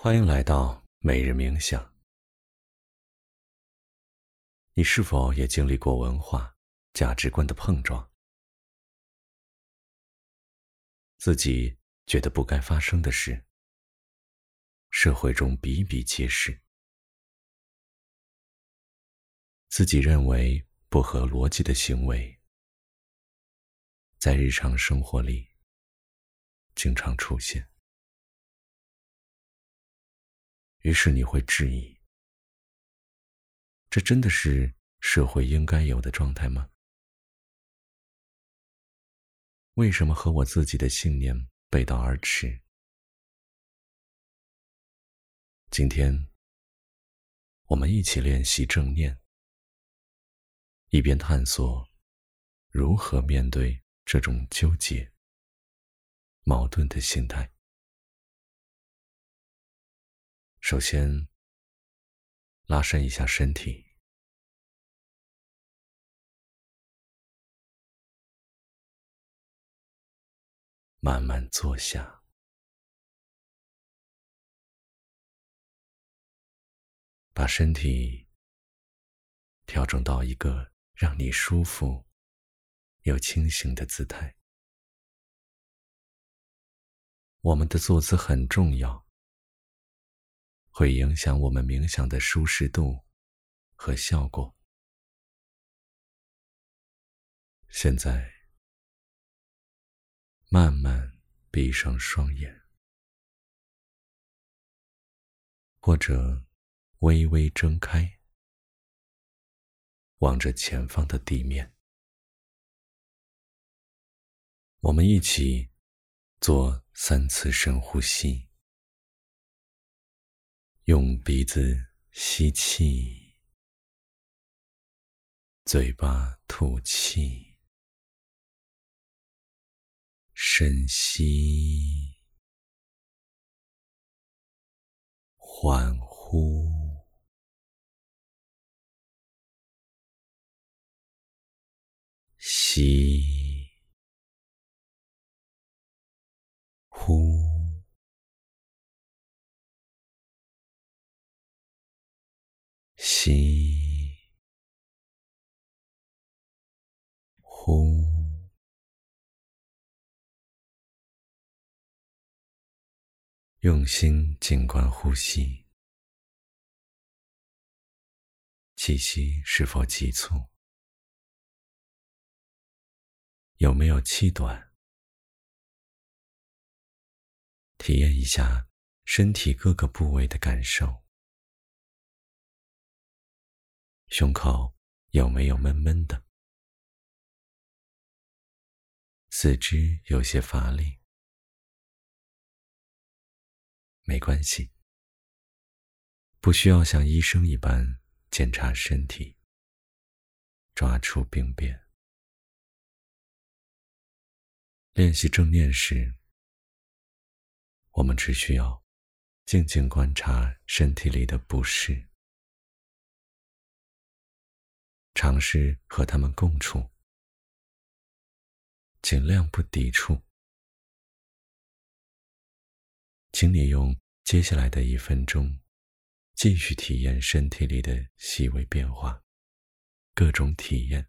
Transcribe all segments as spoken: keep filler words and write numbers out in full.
欢迎来到每日冥想。你是否也经历过文化、价值观的碰撞？自己觉得不该发生的事，社会中比比皆是。自己认为不合逻辑的行为，在日常生活里经常出现。于是你会质疑，这真的是社会应该有的状态吗？为什么和我自己的信念背道而驰？今天，我们一起练习正念，一边探索如何面对这种纠结、矛盾的心态。首先，拉伸一下身体，慢慢坐下，把身体调整到一个让你舒服又清醒的姿态。我们的坐姿很重要，会影响我们冥想的舒适度和效果。现在，慢慢闭上双眼，或者微微睁开，望着前方的地面。我们一起做三次深呼吸，用鼻子吸气，嘴巴吐气，深吸，缓呼，吸，呼，吸，呼。用心静观呼吸，气息是否急促？有没有气短？体验一下身体各个部位的感受。胸口有没有闷闷的？四肢有些乏力？没关系，不需要像医生一般检查身体，抓出病变。练习正念时，我们只需要静静观察身体里的不适，尝试和它们共处，尽量不抵触。请你用接下来的一分钟，继续体验身体里的细微变化，各种体验。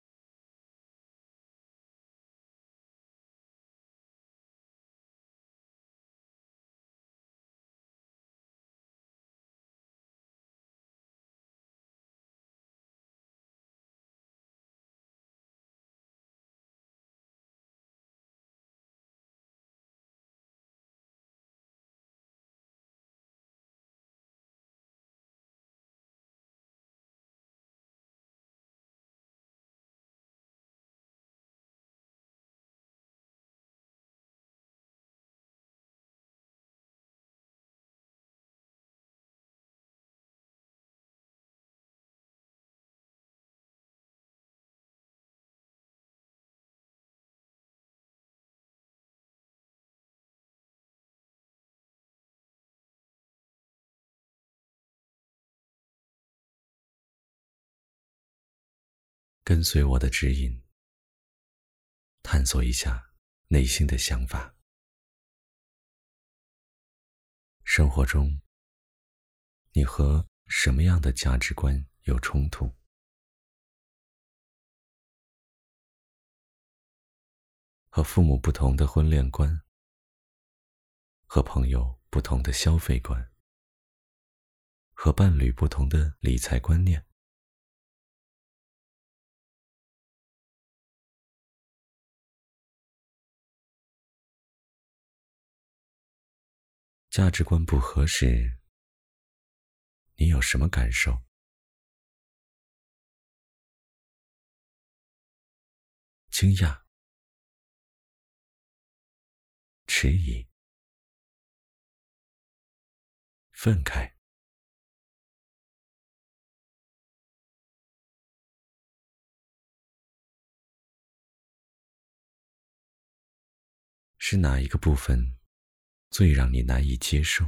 跟随我的指引，探索一下内心的想法， 生活中，你和什么样的价值观有冲突？和父母不同的婚恋观，和朋友不同的消费观，和伴侣不同的理财观念。价值观不合时，你有什么感受？惊讶、迟疑、愤慨，是哪一个部分最让你难以接受？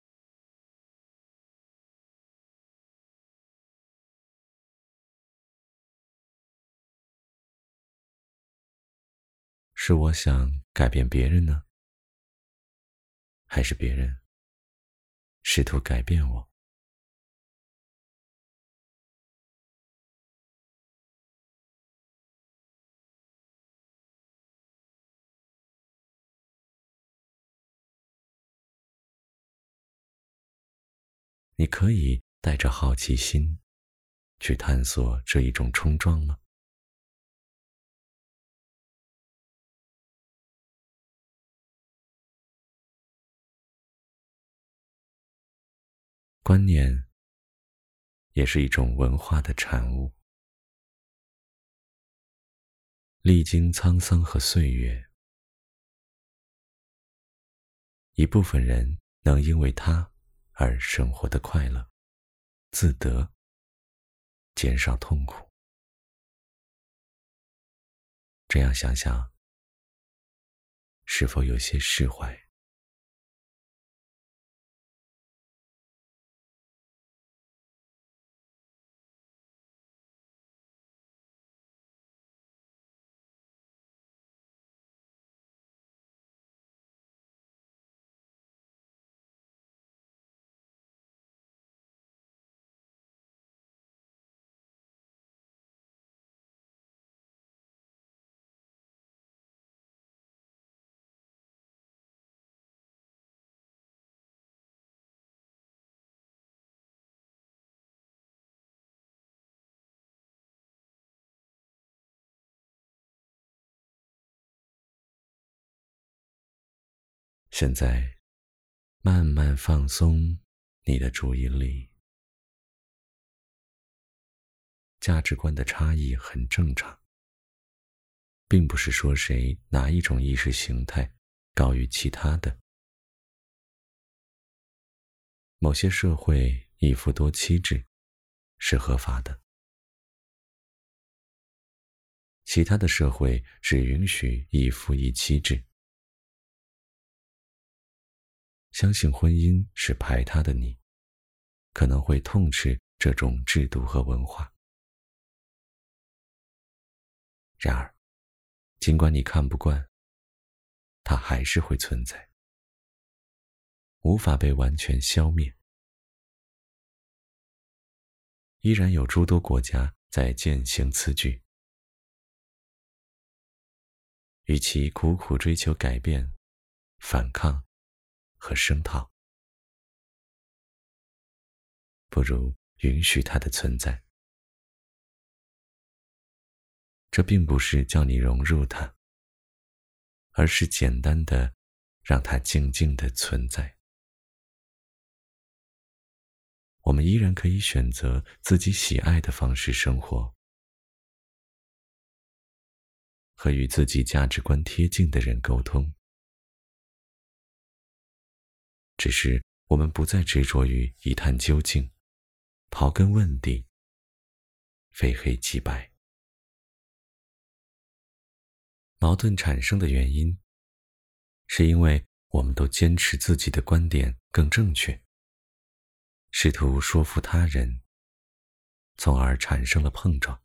是我想改变别人呢？还是别人试图改变我？你可以带着好奇心去探索这一种冲撞吗？观念也是一种文化的产物，历经沧桑和岁月，一部分人能因为它而生活的快乐、自得，减少痛苦。这样想想，是否有些释怀？现在，慢慢放松你的注意力。价值观的差异很正常，并不是说谁哪一种意识形态高于其他的。某些社会一夫多妻制是合法的，其他的社会只允许一夫一妻制。相信婚姻是排他的你，可能会痛斥这种制度和文化。然而，尽管你看不惯，它还是会存在，无法被完全消灭。依然有诸多国家在践行此举。与其苦苦追求改变、反抗和声讨，不如允许它的存在。这并不是叫你融入它，而是简单的让它静静的存在。我们依然可以选择自己喜爱的方式生活，和与自己价值观贴近的人沟通。只是我们不再执着于一探究竟，刨根问底，非黑即白。矛盾产生的原因，是因为我们都坚持自己的观点更正确，试图说服他人，从而产生了碰撞。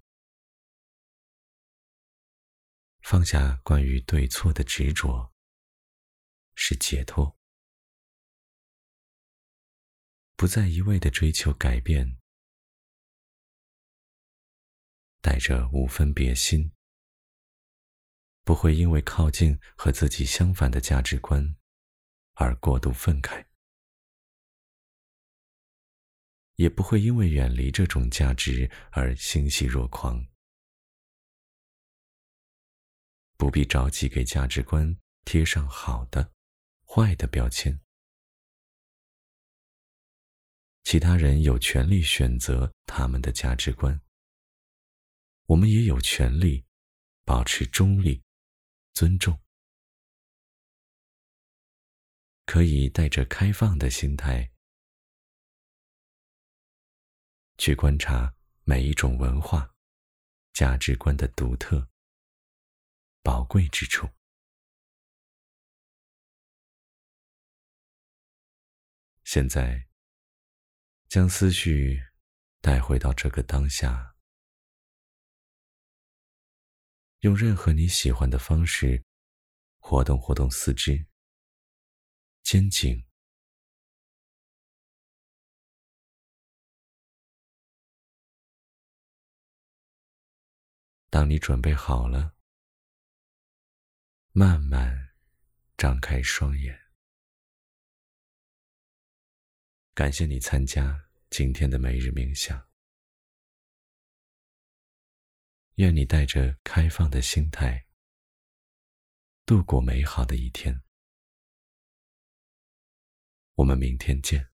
放下关于对错的执着，是解脱。 不再一味地追求改变，带着无分别心，不会因为靠近和自己相反的价值观而过度愤慨，也不会因为远离这种价值而欣喜若狂。不必着急给价值观贴上好的、坏的标签。其他人有权利选择他们的价值观，我们也有权利保持中立、尊重。可以带着开放的心态去观察每一种文化、价值观的独特、宝贵之处。现在，将思绪带回到这个当下，用任何你喜欢的方式活动活动四肢、肩颈。当你准备好了，慢慢张开双眼。感谢你参加今天的每日冥想。愿你带着开放的心态，度过美好的一天。我们明天见。